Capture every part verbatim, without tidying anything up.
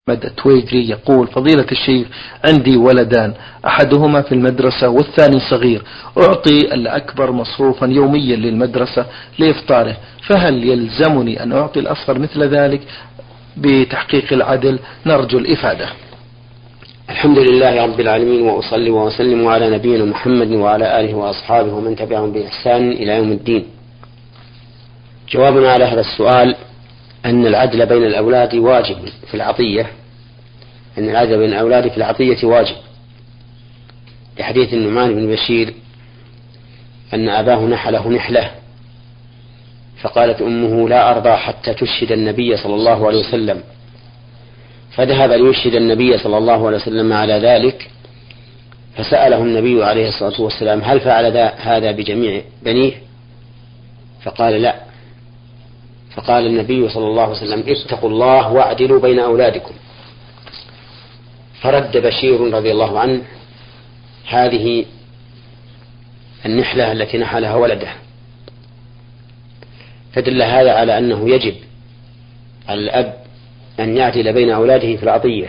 التويجري يقول: فضيلة الشيخ، عندي ولدان، أحدهما في المدرسة والثاني صغير، أعطي الأكبر مصروفا يوميا للمدرسة لإفطاره، فهل يلزمني أن أعطي الأصغر مثل ذلك بتحقيق العدل؟ نرجو الإفادة. الحمد لله رب العالمين، وأصلي وأسلم على نبينا محمد وعلى آله وأصحابه ومن تبعهم بإحسان إلى يوم الدين. جوابنا على هذا السؤال أن العدل بين الأولاد واجب في العطية، أن العدل بين الأولاد في العطية واجب، لحديث النعمان بن بشير أن أباه نحله نحلة فقالت أمه: لا أرضى حتى تشهد النبي صلى الله عليه وسلم، فذهب ليشهد النبي صلى الله عليه وسلم على ذلك، فسأله النبي عليه الصلاة والسلام: هل فعل هذا بجميع بنيه؟ فقال: لا. فقال النبي صلى الله عليه وسلم: اتقوا الله واعدلوا بين أولادكم. فرد بشير رضي الله عنه هذه النحلة التي نحلها ولده، فدل هذا على أنه يجب على الأب أن يعدل بين أولاده في العطية،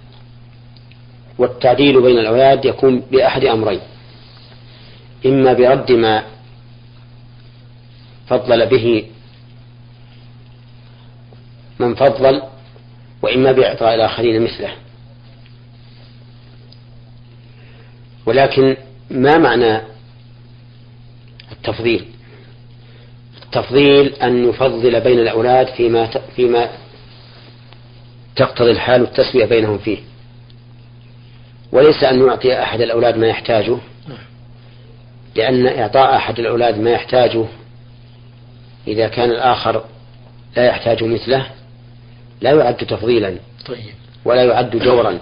والتعديل بين الأولاد يكون بأحد أمرين: إما برد ما فضل به من فضل، وإما بإعطاء الآخرين مثله. ولكن ما معنى التفضيل؟ التفضيل أن يفضل بين الأولاد فيما فيما تقتضي الحال التسوية بينهم فيه، وليس أن يعطي أحد الأولاد ما يحتاجه، لأن إعطاء أحد الأولاد ما يحتاجه إذا كان الآخر لا يحتاج مثله لا يعد تفضيلا ولا يعد جورا.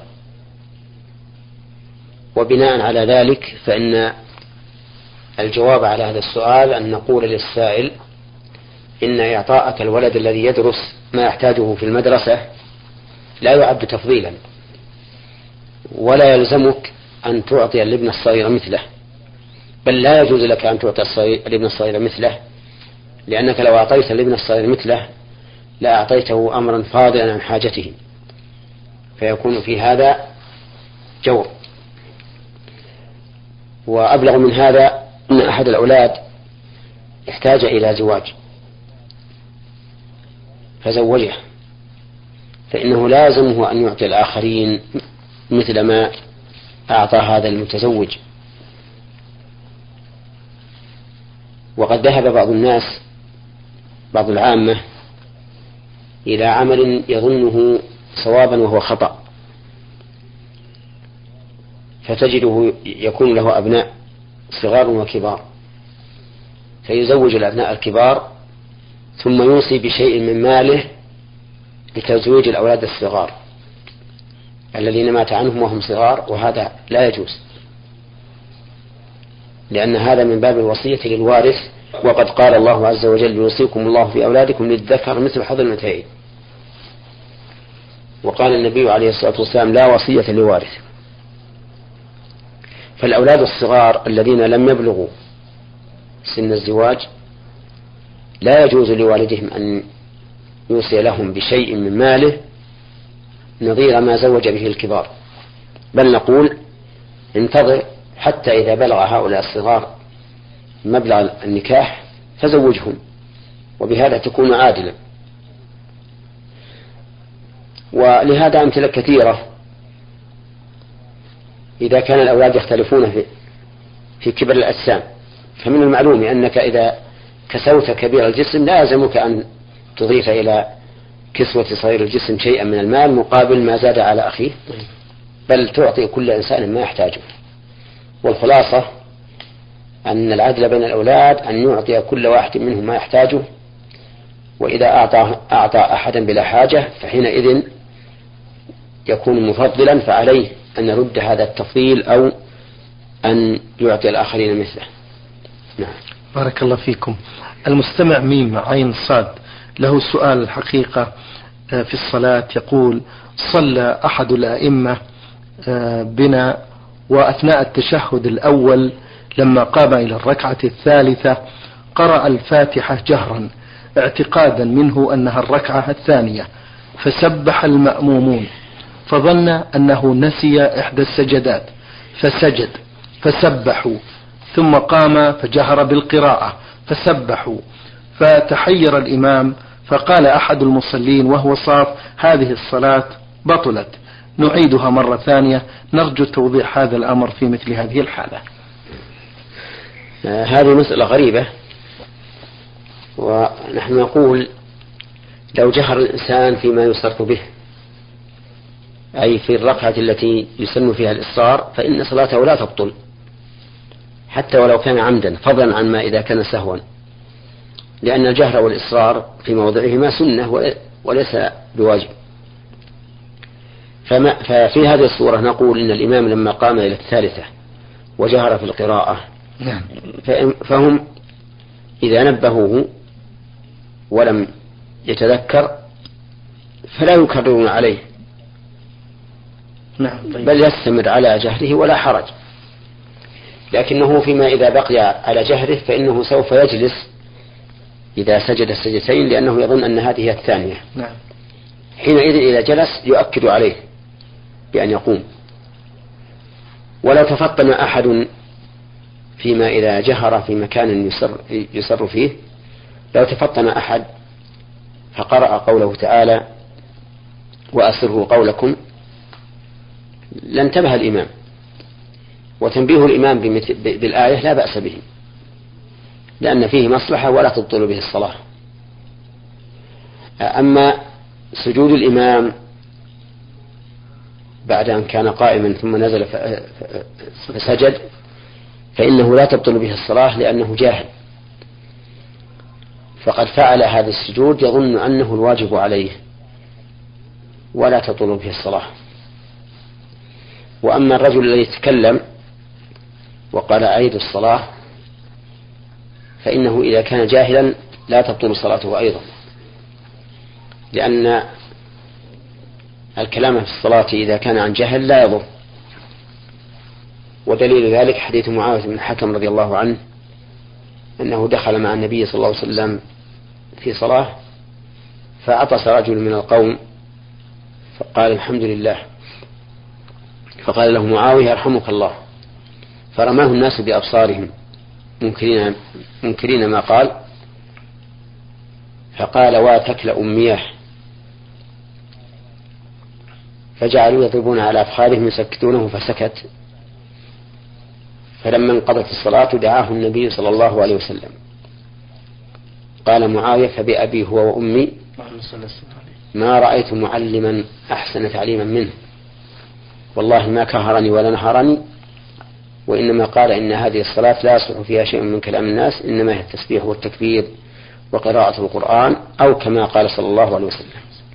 وبناء على ذلك فإن الجواب على هذا السؤال أن نقول للسائل: إن إعطاءك الولد الذي يدرس ما يحتاجه في المدرسة لا يعد تفضيلا، ولا يلزمك أن تعطي الابن الصغير مثله، بل لا يجوز لك أن تعطي الابن الصغير مثله، لأنك لو أعطيت الابن الصغير مثله لا أعطيته أمرا فاضلا عن حاجته، فيكون في هذا جور. وأبلغ من هذا أن أحد الأولاد احتاج إلى زواج فزوجه، فإنه لازمه أن يعطي الآخرين مثل ما أعطى هذا المتزوج. وقد ذهب بعض الناس بعض العامة إلى عمل يظنه صوابا وهو خطأ، فتجده يكون له أبناء صغار وكبار، فيزوج الأبناء الكبار ثم يوصي بشيء من ماله لتزويج الأولاد الصغار الذين مات عنهم وهم صغار، وهذا لا يجوز، لأن هذا من باب الوصية للوارث. وقد قال الله عز وجل: يوصيكم الله في أولادكم للذكر مثل حظ الأنثيين. وقال النبي عليه الصلاة والسلام: لا وصية لوارث. فالأولاد الصغار الذين لم يبلغوا سن الزواج لا يجوز لوالدهم أن يوصي لهم بشيء من ماله نظير ما زوج به الكبار، بل نقول: انتظر حتى إذا بلغ هؤلاء الصغار مبلغ النكاح فزوجهم، وبهذا تكون عادلا. ولهذا أمثلة كثيرة. إذا كان الأولاد يختلفون في, في كبر الأجسام، فمن المعلوم أنك إذا كسوت كبير الجسم لازمك أن تضيف إلى كسوة صغير الجسم شيئا من المال مقابل ما زاد على أخيه، بل تعطي كل إنسان ما يحتاجه. والخلاصة أن العدل بين الأولاد أن يعطي كل واحد منهم ما يحتاجه، وإذا أعطى, أعطى أحدا بلا حاجة فحينئذ يكون مفضلا، فعليه أن يرد هذا التفضيل أو أن يعطي الآخرين مثله. نعم. بارك الله فيكم. المستمع ميم عين صاد له سؤال الحقيقة في الصلاة، يقول: صلى أحد الأئمة بنا، وأثناء التشهد الأول لما قام إلى الركعة الثالثة قرأ الفاتحة جهرا اعتقادا منه أنها الركعة الثانية، فسبح المأمومون فظن أنه نسي إحدى السجدات فسجد فسبحوا، ثم قام فجهر بالقراءة فسبحوا، فتحير الإمام فقال أحد المصلين وهو صاف: هذه الصلاة بطلت، نعيدها مرة ثانية، نرجو توضيح هذا الأمر في مثل هذه الحالة. آه هذه مسألة غريبة، ونحن نقول لو جهر الإنسان فيما يسر به، أي في الركعة التي يسن فيها الإصرار، فإن صلاته لا تبطل حتى ولو كان عمدا، فضلا عن ما إذا كان سهوا، لأن الجهر والإصرار في موضعهما سنة وليس بواجب. فما ففي هذه الصورة نقول إن الإمام لما قام إلى الثالثة وجهر في القراءة فهم إذا نبهوه ولم يتذكر فلا يكررون عليه، بل يستمر على جهره ولا حرج. لكنه فيما إذا بقي على جهره فإنه سوف يجلس إذا سجد السجدتين، لأنه يظن أن هذه هي الثانية. نعم. حينئذ إذا جلس يؤكد عليه بأن يقوم. ولو تفطن أحد فيما إذا جهر في مكان يسر, يسر فيه، لو تفطن أحد فقرأ قوله تعالى: وأسروا قولكم، لانتبه الإمام، وتنبيه الإمام بالآية لا بأس به، لأن فيه مصلحة ولا تبطل به الصلاة. أما سجود الإمام بعد أن كان قائما ثم نزل فسجد فإنه لا تبطل به الصلاة، لأنه جاهل، فقد فعل هذا السجود يظن أنه الواجب عليه ولا تبطل به الصلاة. وأما الرجل الذي يتكلم وقال أعيد الصلاة فإنه إذا كان جاهلا لا تبطل صلاته أيضا، لأن الكلام في الصلاة إذا كان عن جهل لا يضر. ودليل ذلك حديث معاوية بن الحكم رضي الله عنه أنه دخل مع النبي صلى الله عليه وسلم في صلاة فعطس رجل من القوم فقال: الحمد لله. فقال له معاوية: يرحمك الله. فرماه الناس بأبصارهم منكرين, منكرين ما قال، فقال: واتكل أمياه. فجعلوا يضربون على أفخاذهم يسكتونه فسكت. فلما انقضت الصلاة دعاه النبي صلى الله عليه وسلم. قال معاوية: فبأبي هو وأمي ما رأيت معلما أحسن تعليما منه، والله ما كهرني ولا نهرني، وإنما قال إن هذه الصلاة لا يصلح فيها شيء من كلام الناس، إنما هي التسبيح والتكبير وقراءة القرآن، أو كما قال صلى الله عليه وسلم.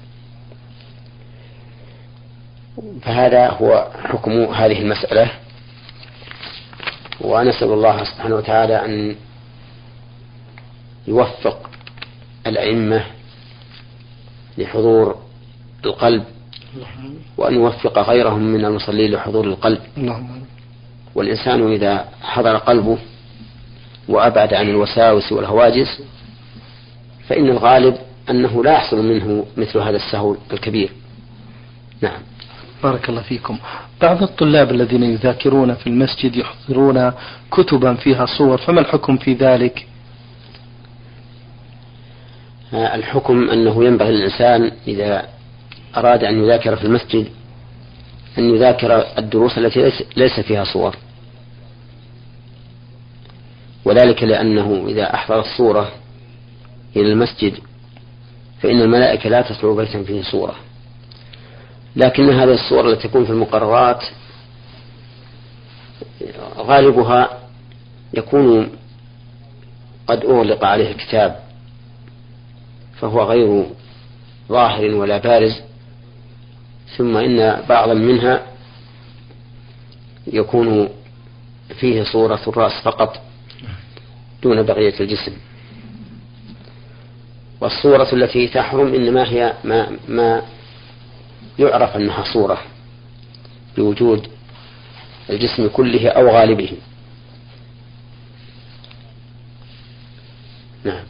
فهذا هو حكم هذه المسألة، ونسأل الله سبحانه وتعالى أن يوفق الأئمة لحضور القلب، وأن يوفق غيرهم من المصلين لحضور القلب. والإنسان إذا حضر قلبه وأبعد عن الوساوس والهواجس فإن الغالب أنه لا يحصل منه مثل هذا السهو الكبير. نعم. بارك الله فيكم. بعض الطلاب الذين يذاكرون في المسجد يحضرون كتبا فيها صور، فما الحكم في ذلك؟ الحكم أنه ينبغي للإنسان إذا أراد أن يذاكر في المسجد أن يذاكر الدروس التي ليس فيها صور، وذلك لأنه إذا أحضر الصورة إلى المسجد فإن الملائكة لا تدخل بيتا فيه صورة. لكن هذه الصور التي تكون في المقررات غالبها يكون قد أغلق عليه الكتاب، فهو غير ظاهر ولا بارز، ثم إن بعضا منها يكون فيه صورة الرأس فقط دون بقية الجسم. والصورة التي تحرم إنما هي ما, ما يعرف أنها صورة بوجود الجسم كله أو غالبه. نعم.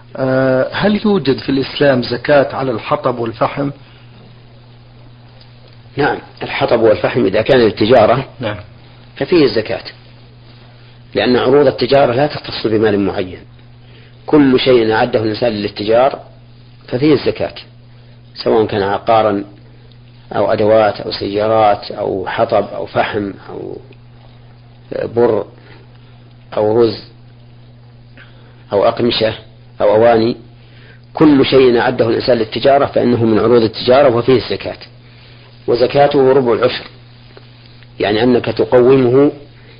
هل يوجد في الإسلام زكاة على الحطب والفحم؟ نعم، الحطب والفحم إذا كان للتجارة نعم ففيه الزكاة، لأن عروض التجارة لا تختص بمال معين، كل شيء أعده الإنسان للتجار ففيه الزكاة، سواء كان عقارا أو أدوات أو سيارات أو حطب أو فحم أو بر أو رز أو أقمشة أو أواني، كل شيء أعده الإنسان للتجارة فإنه من عروض التجارة وفيه الزكاة. وزكاته ربع العشر، يعني أنك تقومه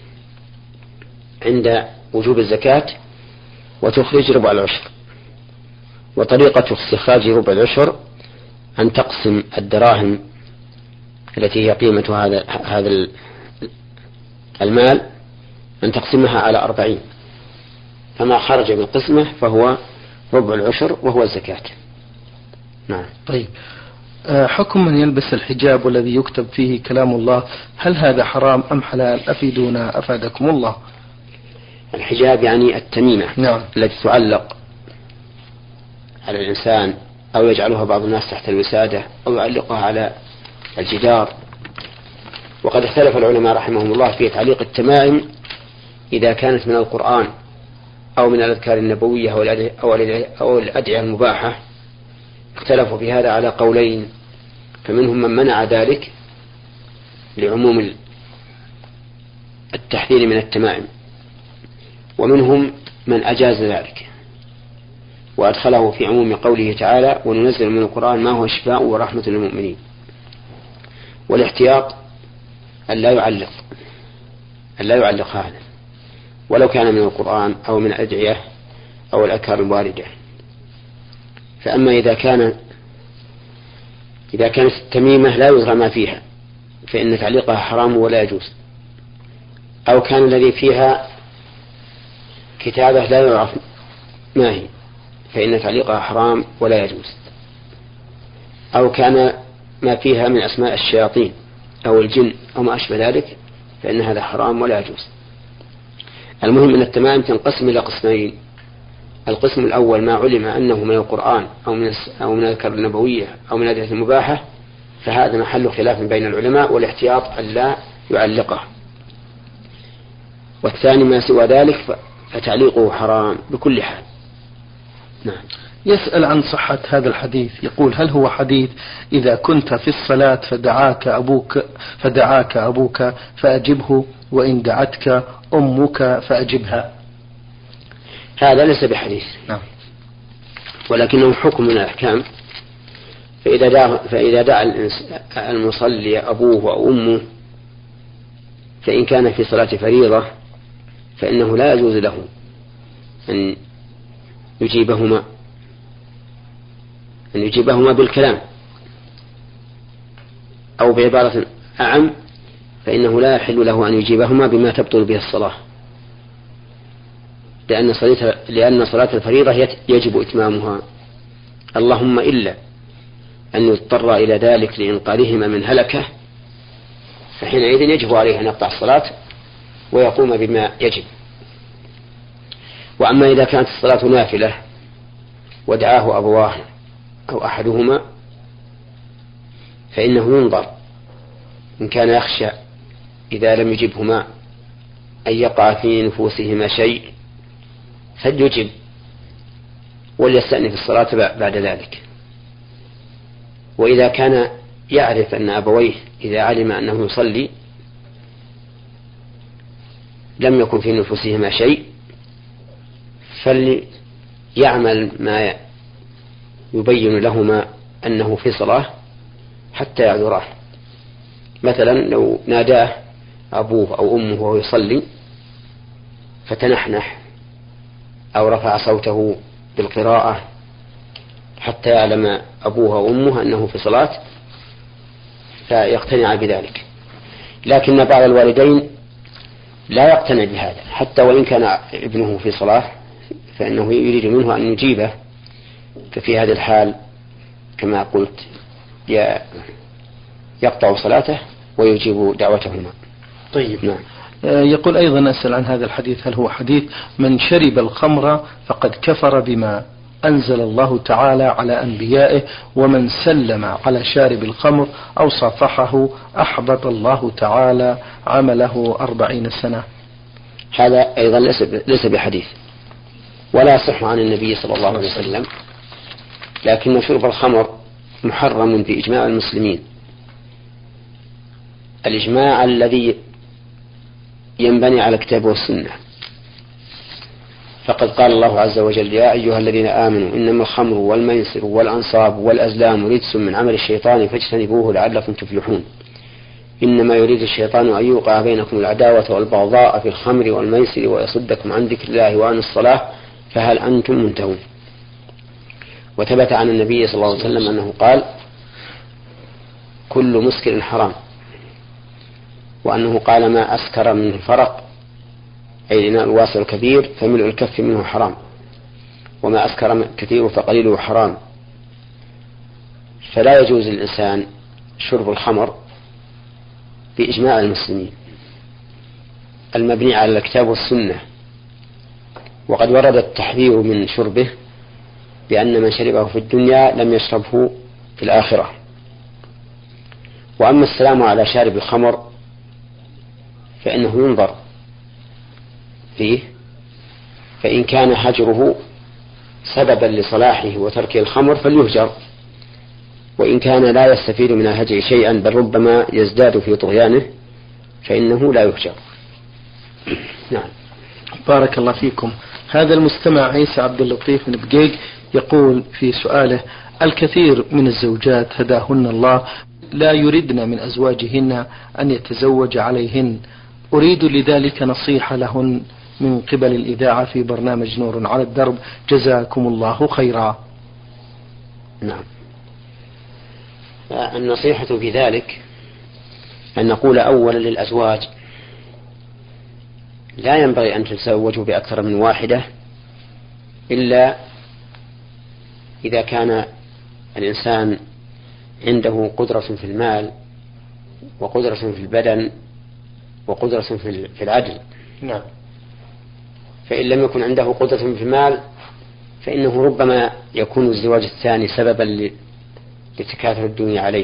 عند وجوب الزكاة وتخرج ربع العشر. وطريقة استخراج ربع العشر أن تقسم الدراهم التي هي قيمة هذا هذا المال، أن تقسمها على أربعين، فما خرج من قسمه فهو ربع العشر وهو الزكاة. نعم. طيب، حكم من يلبس الحجاب والذي يكتب فيه كلام الله، هل هذا حرام أم حلال؟ أفيدونا أفادكم الله. الحجاب يعني التميمة، نعم، التي تعلق على الإنسان أو يجعلها بعض الناس تحت الوسادة أو يعلقها على الجدار. وقد اختلف العلماء رحمهم الله في تعليق التمائم إذا كانت من القرآن أو من الأذكار النبوية أو الأدعية المباحة، اختلفوا في هذا على قولين، فمنهم من منع ذلك لعموم التحذير من التمائم، ومنهم من أجاز ذلك وأدخله في عموم قوله تعالى وننزل من القرآن ما هو شفاء ورحمة للمؤمنين. والاحتياط أن لا يعلق أن لا يعلق هذا ولو كان من القرآن أو من الأدعية أو الأذكار الواردة. فأما إذا كان إذا كانت التميمة لا يدرى ما فيها فإن تعليقها حرام ولا يجوز، أو كان الذي فيها كتابة لا يعرف ما هي فإن تعليقها حرام ولا يجوز، أو كان ما فيها من أسماء الشياطين أو الجن أو ما أشبه ذلك فإن هذا حرام ولا يجوز. المهم أن التمائم تنقسم إلى قسمين: القسم الأول ما علم أنه من القرآن أو من أو من الأذكار النبوية أو من الأدعية المباحة، فهذا محل خلاف بين العلماء والاحتياط ألا يعلقه. والثاني ما سوى ذلك فتعليقه حرام بكل حال. نعم. يسأل عن صحة هذا الحديث، يقول هل هو حديث إذا كنت في الصلاة فدعاك أبوك فدعاك أبوك فأجبه وإن دعتك أمك فأجبها؟ هذا ليس بحديث. نعم. ولكنه حكم من الأحكام. فإذا دعا فإذا دعا المصلي أبوه أو أمه فإن كان في صلاة فريضة فإنه لا يجوز له أن يجيبهما أن يجيبهما بالكلام، أو بعبارة أعم فإنه لا يحل له أن يجيبهما بما تبطل به الصلاة، لأن صلاة لأن صلاة الفريضة يجب إتمامها، اللهم إلا أن يضطر إلى ذلك لإنقاذهما من هلكة، فحينئذ يجب عليه أن يقطع الصلاة ويقوم بما يجب. وأما إذا كانت الصلاة نافلة ودعاه أبواه أو أحدهما فإنه ينظر إن كان يخشى إذا لم يجبهما أن يقع في نفوسهما شيء فليجب وليستأنف الصلاة بعد ذلك. وإذا كان يعرف أن أبويه إذا علم أنه يصلي لم يكن في نفوسهما شيء فليعمل ما يبين لهما أنه في صلاة حتى يعذراه. مثلا لو ناداه أبوه أو أمه وهو يصلي فتنحنح أو رفع صوته بالقراءة حتى يعلم أبوه أو أمه أنه في صلاة فيقتنع بذلك. لكن بعض الوالدين لا يقتنع بهذا حتى وإن كان ابنه في صلاة فإنه يريد منه أن يجيبه، ففي هذه الحال كما قلت يقطع صلاته ويجيب دعوتهما. طيب. نعم. يقول أيضا أسأل عن هذا الحديث، هل هو حديث من شرب الخمر فقد كفر بما أنزل الله تعالى على أنبيائه: ومن سلم على شارب الخمر أو صافحه أحبط الله تعالى عمله أربعين سنة. هذا أيضا ليس بحديث ولا يصح عن النبي صلى الله عليه وسلم، لكن شرب الخمر محرم بإجماع المسلمين، الإجماع الذي ينبني على الكتاب والسنة. فقد قال الله عز وجل: يا أيها الذين آمنوا إنما الخمر والميسر والأنصاب والأزلام رجس من عمل الشيطان فاجتنبوه لعلكم تفلحون. إنما يريد الشيطان أن يوقع بينكم العداوة والبغضاء في الخمر والميسر ويصدكم عن ذكر الله وعن الصلاة فهل أنتم منتهون. وثبت عن النبي صلى الله عليه وسلم أنه قال: كل مسكر حرام، وأنه قال: ما أسكر منه فرق، أي الإناء الواسع الكبير، فملء الكف منه حرام، وما أسكر كثير فقليله حرام. فلا يجوز للإنسان شرب الخمر بإجماع المسلمين المبني على الكتاب والسنة. وقد ورد التحذير من شربه بأن من شربه في الدنيا لم يشربه في الآخرة. وأما السلام على شارب الخمر فإنه ينظر فيه، فإن كان هجره سببا لصلاحه وترك الخمر فليهجر، وإن كان لا يستفيد من الهجر شيئا بل ربما يزداد في طغيانه فإنه لا يهجر. نعم. بارك الله فيكم. هذا المستمع عيسى عبد اللطيف من بقيق يقول في سؤاله: الكثير من الزوجات هداهن الله لا يردن من أزواجهن أن يتزوج عليهن، أريد لذلك نصيحة لهن من قبل الإذاعة في برنامج نور على الدرب، جزاكم الله خيرا. نعم. النصيحة في ذلك أن نقول أولا للأزواج: لا ينبغي أن تتزوجوا بأكثر من واحدة إلا إذا كان الإنسان عنده قدرة في المال وقدرة في البدن وقدرة في العدل. نعم. فإن لم يكن عنده قدرة في المال فإنه ربما يكون الزواج الثاني سببا لتكاثر الدنيا عليه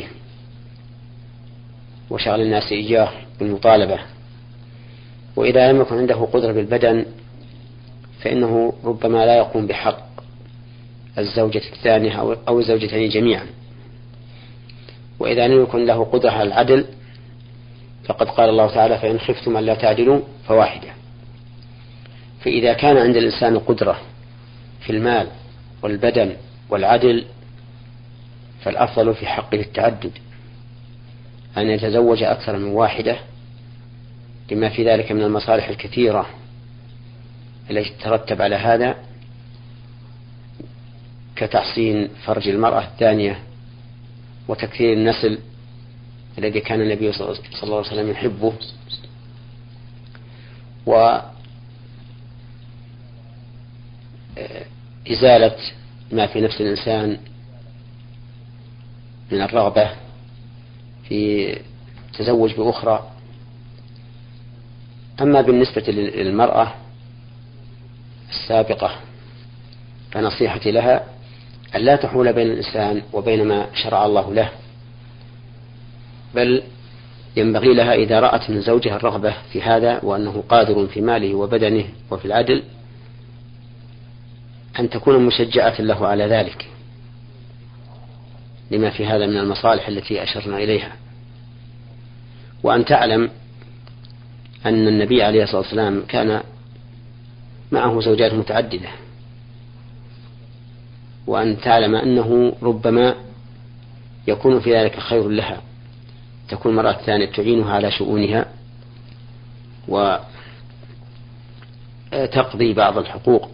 وشغل الناس إياه بالمطالبة. وإذا لم يكن عنده قدرة بالبدن فإنه ربما لا يقوم بحق الزوجة الثانية أو الزوجتين جميعا. وإذا لم يكن له قدرة على العدل فقد قال الله تعالى: فإن خفتم ألا تعدلوا فواحدة. فإذا كان عند الإنسان قدرة في المال والبدن والعدل فالأفضل في حقه التعدد، أن يتزوج أكثر من واحدة، لما في ذلك من المصالح الكثيرة التي تترتب على هذا، كتحسين فرج المرأة الثانية وتكثير النسل الذي كان النبي صلى الله عليه وسلم يحبه، وإزالة ما في نفس الإنسان من الرغبة في التزوج بأخرى. أما بالنسبة للمرأة السابقة فنصيحتي لها أن لا تحول بين الإنسان وبين ما شرع الله له، بل ينبغي لها إذا رأت من زوجها الرغبة في هذا وأنه قادر في ماله وبدنه وفي العدل أن تكون مشجعة له على ذلك، لما في هذا من المصالح التي أشرنا إليها. وأن تعلم أن النبي عليه الصلاة والسلام كان معه زوجات متعددة، وأن تعلم أنه ربما يكون في ذلك خير لها، تكون مرأة ثانية تعينها على شؤونها وتقضي بعض الحقوق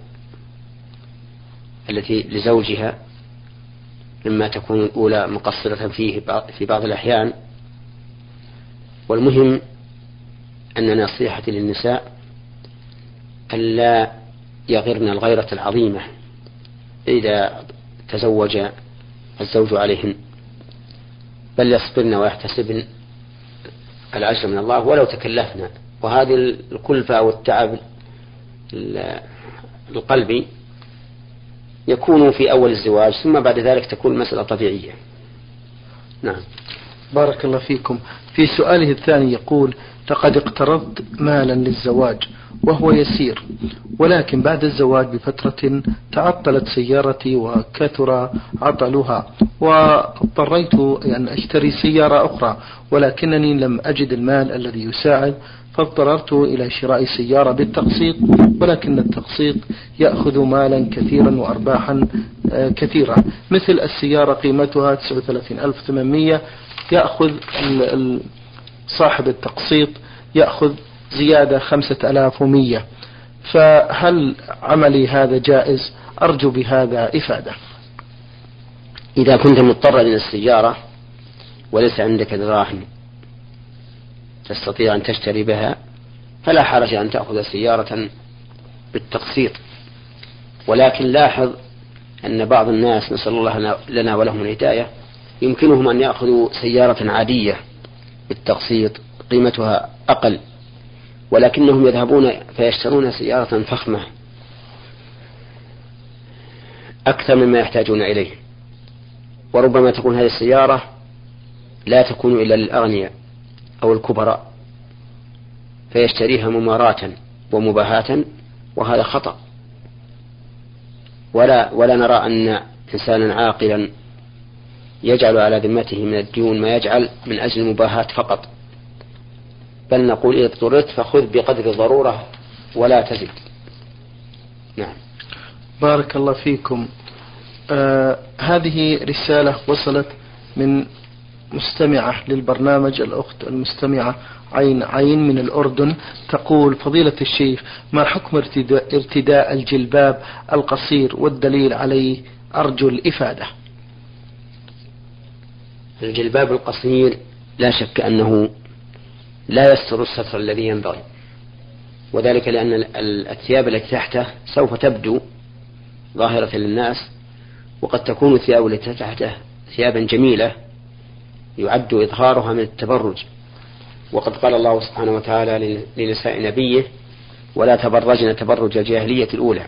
التي لزوجها مما تكون الأولى مقصرة فيه في بعض الأحيان. والمهم أن نصيحتي للنساء ألا يغرن الغيرة العظيمة إذا تزوج الزوج عليهن، بل يصبرن ويحتسبن العجر من الله ولو تكلفنا. وهذه الكلفة والتعب القلبي يكون في أول الزواج، ثم بعد ذلك تكون المسألة طبيعية. نعم. بارك الله فيكم. في سؤاله الثاني يقول: لقد اقترضت مالا للزواج وهو يسير، ولكن بعد الزواج بفترة تعطلت سيارتي وكثر عطلها، واضطريت أن أشتري سيارة أخرى، ولكنني لم أجد المال الذي يساعد، فاضطررت إلى شراء سيارة بالتقسيط، ولكن التقسيط يأخذ مالا كثيرا وأرباحا كثيرة، مثل السيارة قيمتها تسعة وثلاثين ألف وثمانمئة، يأخذ صاحب التقسيط يأخذ زيادة خمسة آلاف ومئة، فهل عملي هذا جائز؟ أرجو بهذا إفادة. إذا كنت مضطرا إلى السيارة وليس عندك دراهم تستطيع أن تشتري بها، فلا حرج أن تأخذ سيارة بالتقسيط، ولكن لاحظ أن بعض الناس، نسأل الله لنا ولهم الهداية، يمكنهم أن يأخذوا سيارة عادية بالتقسيط قيمتها أقل، ولكنهم يذهبون فيشترون سيارة فخمة أكثر مما يحتاجون إليه، وربما تكون هذه السيارة لا تكون إلا للأغنياء أو الكبراء، فيشتريها مماراة ومباهاة، وهذا خطأ. ولا ولا نرى أن إنسانا عاقلا يجعل على ذمته من الديون ما يجعل من أجل المباهاة فقط، بل نقول إذا اضطررت فخذ بقدر الضرورة ولا تزد. نعم. بارك الله فيكم. آه هذه رسالة وصلت من مستمعة للبرنامج، الأخت المستمعة عين عين من الأردن، تقول: فضيلة الشيخ، ما حكم ارتداء, ارتداء الجلباب القصير والدليل عليه؟ أرجو الإفادة. الجلباب القصير لا شك أنه لا يستر الستر الذي ينبغي، وذلك لأن الثياب التي تحته سوف تبدو ظاهرة للناس، وقد تكون الثياب التي تحته ثيابا جميلة يعد إظهارها من التبرج، وقد قال الله سبحانه وتعالى لنساء نبيه: ولا تبرجن تبرج الجاهلية الأولى.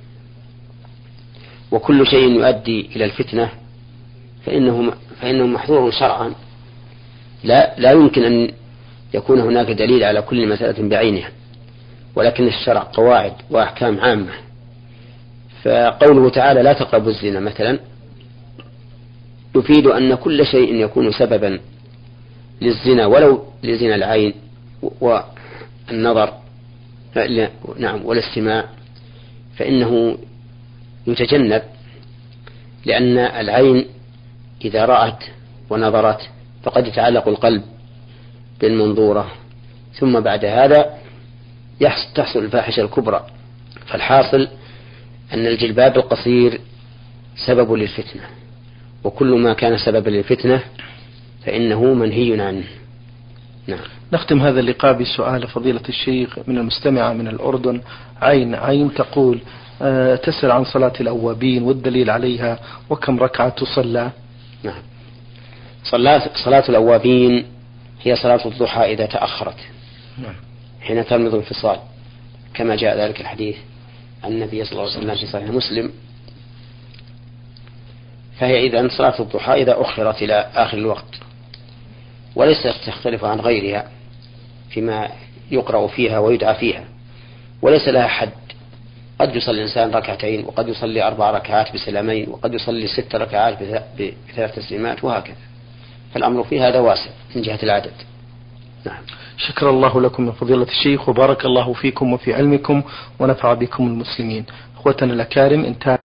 وكل شيء يؤدي إلى الفتنة فإنه, فإنه محظور شرعا، لا, لا يمكن أن يكون هناك دليل على كل مسألة بعينها، ولكن الشرع قواعد وأحكام عامة. فقوله تعالى: لا تقربوا الزنا مثلا، يفيد أن كل شيء يكون سببا للزنا ولو لزنا العين والنظر نعم والاستماع فإنه يتجنب، لأن العين إذا رأت ونظرت فقد يتعلق القلب بالمنظورة، ثم بعد هذا تحصل الفاحشة الكبرى. فالحاصل أن الجلباب القصير سبب للفتنة، وكل ما كان سببا للفتنة فإنه منهي عنه. نعم. نختم هذا اللقاء بسؤال فضيلة الشيخ من المستمعة من الأردن عين عين، تقول: أه تسأل عن صلاة الأوابين والدليل عليها، وكم ركعة تصلى؟ نعم. صلاة, صلاة الأوابين هي صلاة الضحى إذا تأخرت، نعم، حين ترمض الانفصال، كما جاء ذلك الحديث عن النبي صلى الله عليه وسلم في صحيح مسلم. فهي إذن صلاة الضحى إذا أخرت إلى آخر الوقت، وليست تختلف عن غيرها فيما يقرأ فيها ويدعى فيها، وليس لها حد. قد يصلي الإنسان ركعتين، وقد يصلي أربع ركعات بسلامين، وقد يصلي ست ركعات بثلاث تسليمات، وهكذا. فالأمر في هذا واسع من جهة العدد. نعم. شكر الله لكم يا فضيلة الشيخ، وبارك الله فيكم وفي علمكم، ونفع بكم المسلمين. أخوتنا الأكارم، انتهى